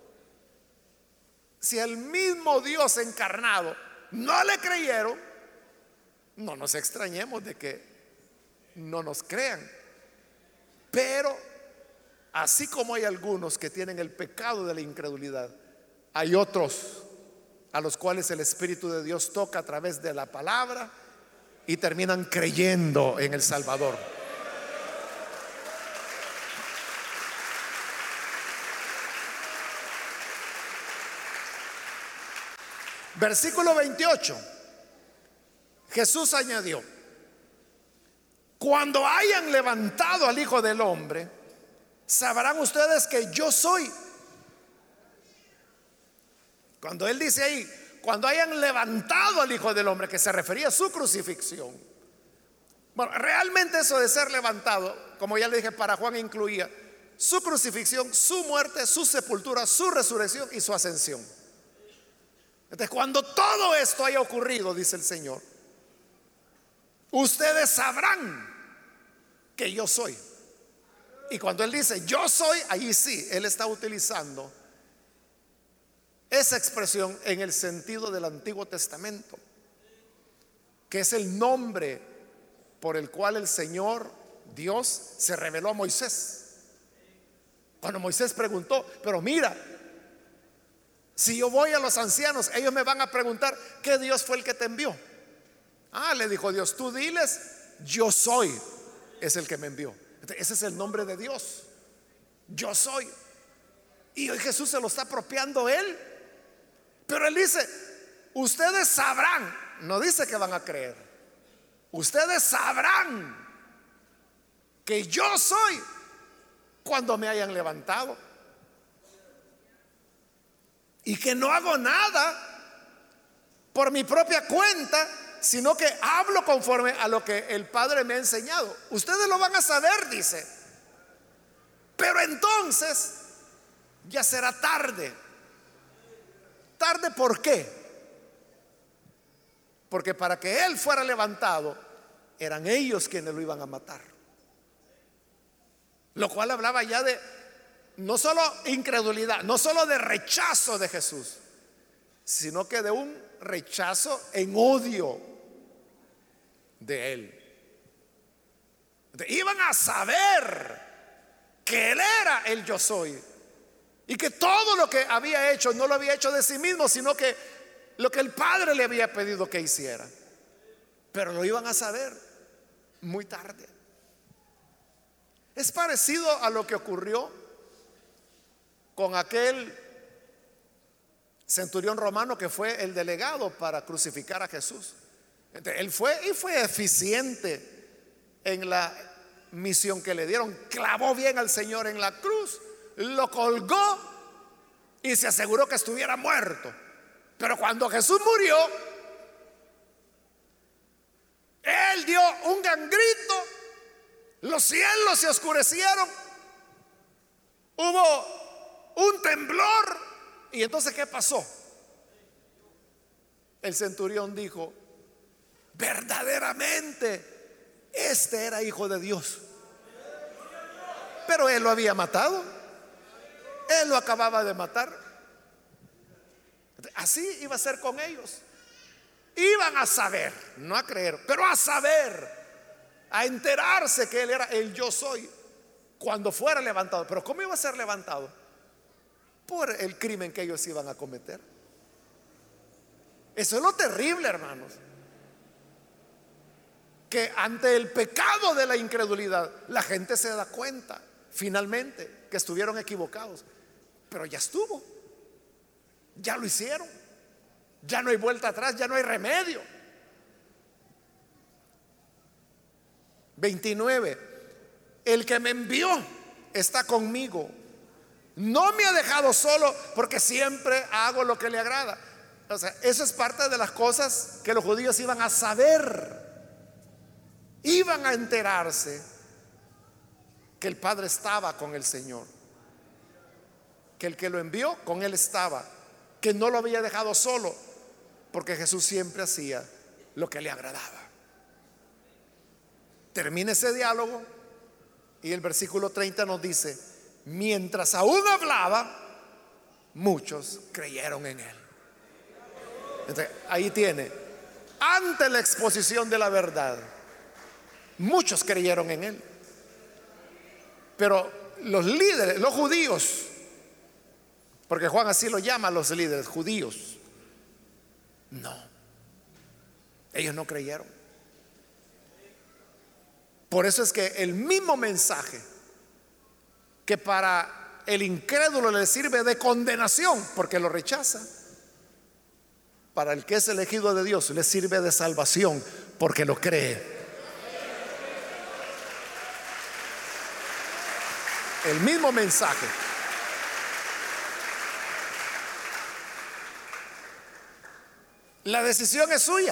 Si el mismo Dios encarnado no le creyeron, no nos extrañemos de que no nos crean. Pero así como hay algunos que tienen el pecado de la incredulidad, hay otros a los cuales el Espíritu de Dios toca a través de la palabra y terminan creyendo en el Salvador. Versículo veintiocho. Jesús añadió, cuando hayan levantado al Hijo del Hombre, sabrán ustedes que yo soy. Cuando él dice ahí, cuando hayan levantado al Hijo del Hombre, que se refería a su crucifixión. Bueno, realmente eso de ser levantado, como ya le dije, para Juan incluía su crucifixión, su muerte, su sepultura, su resurrección y su ascensión. Entonces, cuando todo esto haya ocurrido, dice el Señor, ustedes sabrán que yo soy. Y cuando él dice yo soy, allí sí, él está utilizando esa expresión en el sentido del Antiguo Testamento, que es el nombre por el cual el Señor Dios se reveló a Moisés. Cuando Moisés preguntó, pero mira, si yo voy a los ancianos, ellos me van a preguntar ¿qué Dios fue el que te envió? Ah, le dijo Dios, tú diles, yo soy, es el que me envió. Entonces, ese es el nombre de Dios, yo soy. Y hoy Jesús se lo está apropiando él. Pero él dice, ustedes sabrán, no dice que van a creer, ustedes sabrán que yo soy cuando me hayan levantado. Y que no hago nada por mi propia cuenta, sino que hablo conforme a lo que el Padre me ha enseñado. Ustedes lo van a saber, dice. Pero entonces ya será tarde. ¿Tarde por qué? Porque para que él fuera levantado, eran ellos quienes lo iban a matar. Lo cual hablaba ya de no solo incredulidad, no solo de rechazo de Jesús, sino que de un rechazo en odio de él. Entonces, iban a saber que él era el yo soy y que todo lo que había hecho no lo había hecho de sí mismo, sino que lo que el Padre le había pedido que hiciera. Pero lo iban a saber muy tarde. Es parecido a lo que ocurrió con aquel centurión romano que fue el delegado para crucificar a Jesús. Entonces, él fue y fue eficiente en la misión que le dieron. Clavó bien al Señor en la cruz, lo colgó y se aseguró que estuviera muerto. Pero cuando Jesús murió, él dio un gran grito, los cielos se oscurecieron, hubo un temblor. Y entonces, ¿qué pasó? El centurión dijo, verdaderamente este era hijo de Dios. pero él lo había matado. Él lo acababa de matar. Así iba a ser con ellos. Iban a saber, no a creer, pero a saber, a enterarse que él era el yo soy cuando fuera levantado. Pero ¿cómo iba a ser levantado? Por el crimen que ellos iban a cometer. Eso es lo terrible, hermanos, que ante el pecado de la incredulidad la gente se da cuenta finalmente que estuvieron equivocados, pero ya estuvo, ya lo hicieron, ya no hay vuelta atrás, ya no hay remedio. veintinueve, el que me envió está conmigo, no me ha dejado solo, porque siempre hago lo que le agrada. O sea, eso es parte de las cosas que los judíos iban a saber, iban a enterarse que el Padre estaba con el Señor, que el que lo envió con él estaba, que no lo había dejado solo, porque Jesús siempre hacía lo que le agradaba. Termina ese diálogo y el versículo treinta nos dice: mientras aún hablaba, muchos creyeron en él. Entonces, ahí tiene, ante la exposición de la verdad, muchos creyeron en él. Pero los líderes, los judíos, porque Juan así lo llama a los líderes judíos, no, ellos no creyeron. Por eso es que el mismo mensaje que para el incrédulo le sirve de condenación porque lo rechaza, para el que es elegido de Dios le sirve de salvación porque lo cree. El mismo mensaje. La decisión es suya.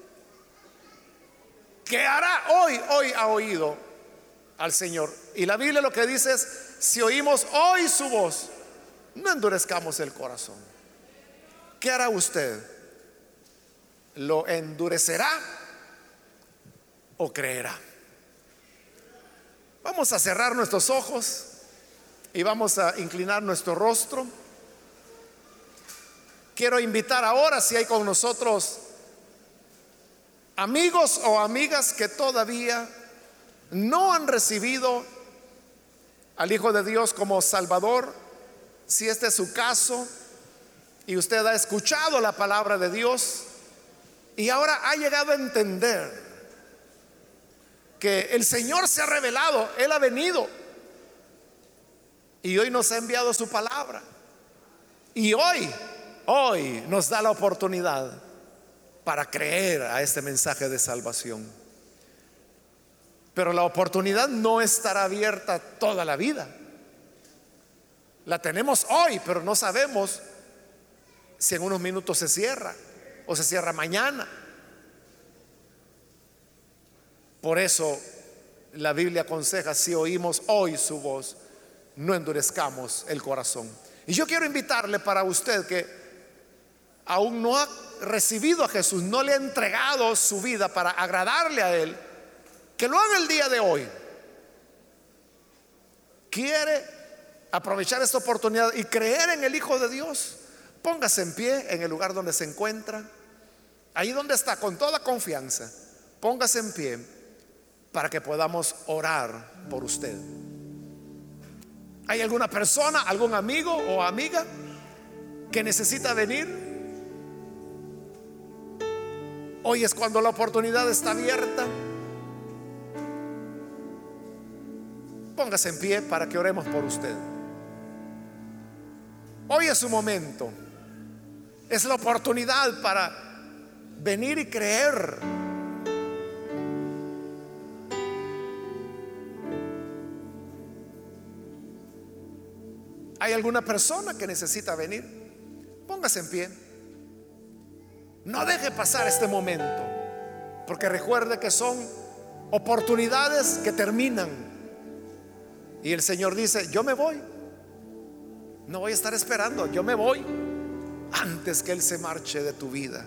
¿Qué hará hoy? Hoy ha oído al Señor. Y la Biblia lo que dice es: si oímos hoy su voz, no endurezcamos el corazón. ¿Qué hará usted? ¿Lo endurecerá o creerá? Vamos a cerrar nuestros ojos y vamos a inclinar nuestro rostro. Quiero invitar ahora, si hay con nosotros amigos o amigas que todavía no han recibido al Hijo de Dios como Salvador, si este es su caso y usted ha escuchado la palabra de Dios y ahora ha llegado a entender que el Señor se ha revelado, Él ha venido y hoy nos ha enviado su palabra, y hoy, hoy nos da la oportunidad para creer a este mensaje de salvación. Pero la oportunidad no estará abierta toda la vida. La tenemos hoy, pero no sabemos si en unos minutos se cierra o se cierra mañana. Por eso la Biblia aconseja: si oímos hoy su voz, no endurezcamos el corazón. Y yo quiero invitarle, para usted que aún no ha recibido a Jesús, no le ha entregado su vida para agradarle a Él, que lo haga el día de hoy. Quiere aprovechar esta oportunidad y creer en el Hijo de Dios. Póngase en pie en el lugar donde se encuentra, ahí donde está, con toda confianza. Póngase en pie para que podamos orar por usted. ¿Hay alguna persona, algún amigo o amiga que necesita venir? Hoy es cuando la oportunidad está abierta. Póngase en pie para que oremos por usted. Hoy es su momento. Es la oportunidad para venir y creer. ¿Hay alguna persona que necesita venir? Póngase en pie. No deje pasar este momento, porque recuerde que son oportunidades que terminan. Y el Señor dice: yo me voy, no voy a estar esperando, yo me voy antes que Él se marche de tu vida,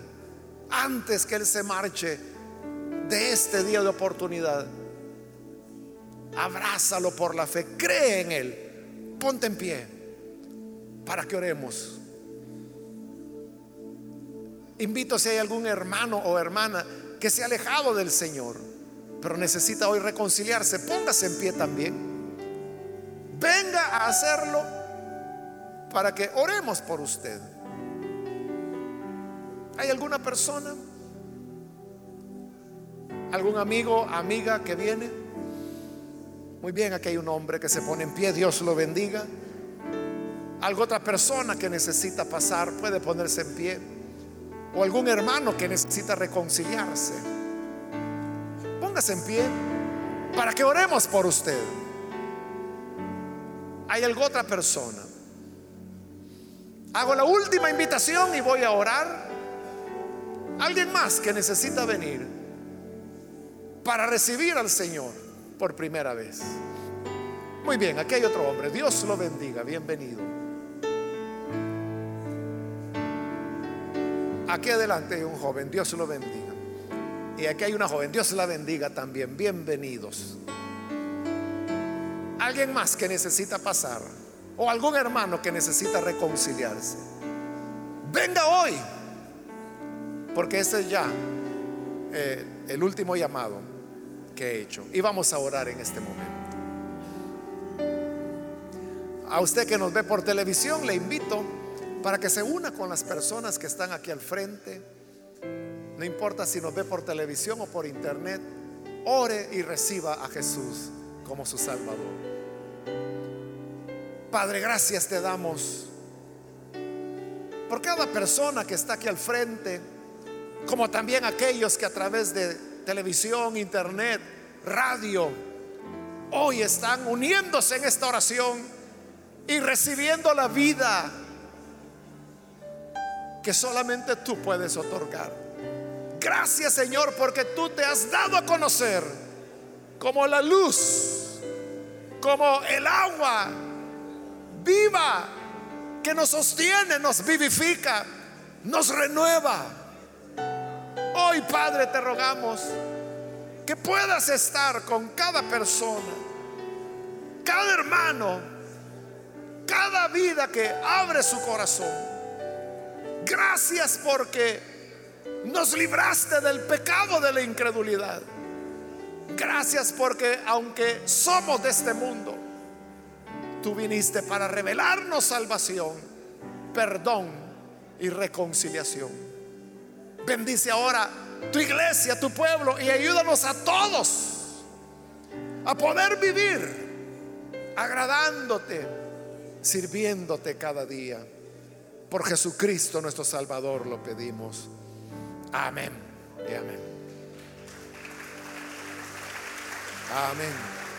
antes que Él se marche de este día de oportunidad. Abrázalo por la fe, cree en Él. Ponte en pie para que oremos. Invito, si hay algún hermano o hermana que se ha alejado del Señor, pero necesita hoy reconciliarse, póngase en pie también. Venga a hacerlo para que oremos por usted. ¿Hay alguna persona, algún amigo, amiga que viene? Muy bien, aquí hay un hombre que se pone en pie, Dios lo bendiga. ¿Alguna otra persona que necesita pasar puede ponerse en pie? ¿O algún hermano que necesita reconciliarse? Póngase en pie para que oremos por usted. ¿Hay alguna otra persona? Hago la última invitación y voy a orar. ¿Alguien más que necesita venir para recibir al Señor por primera vez? Muy bien, aquí hay otro hombre. Dios lo bendiga, bienvenido. Aquí adelante hay un joven, Dios lo bendiga. Y aquí hay una joven, Dios la bendiga también, bienvenidos. Alguien más que necesita pasar, o algún hermano que necesita reconciliarse, venga hoy, porque ese es ya eh, el último llamado que he hecho. Y vamos a orar en este momento. A usted que nos ve por televisión, le invito para que se una con las personas que están aquí al frente. No importa si nos ve por televisión o por internet, ore y reciba a Jesús como su Salvador. Padre, gracias te damos por cada persona que está aquí al frente, como también aquellos que a través de televisión, internet, radio, hoy están uniéndose en esta oración y recibiendo la vida que solamente tú puedes otorgar. Gracias, Señor, porque tú te has dado a conocer como la luz, como el agua viva que nos sostiene, nos vivifica, nos renueva. Hoy, Padre, te rogamos que puedas estar con cada persona, cada hermano, cada vida que abre su corazón. Gracias porque nos libraste del pecado de la incredulidad. Gracias porque aunque somos de este mundo, tú viniste para revelarnos salvación, perdón y reconciliación. Bendice ahora tu iglesia, tu pueblo, y ayúdanos a todos a poder vivir agradándote, sirviéndote cada día. Por Jesucristo nuestro Salvador lo pedimos. Amén y amén. Amén.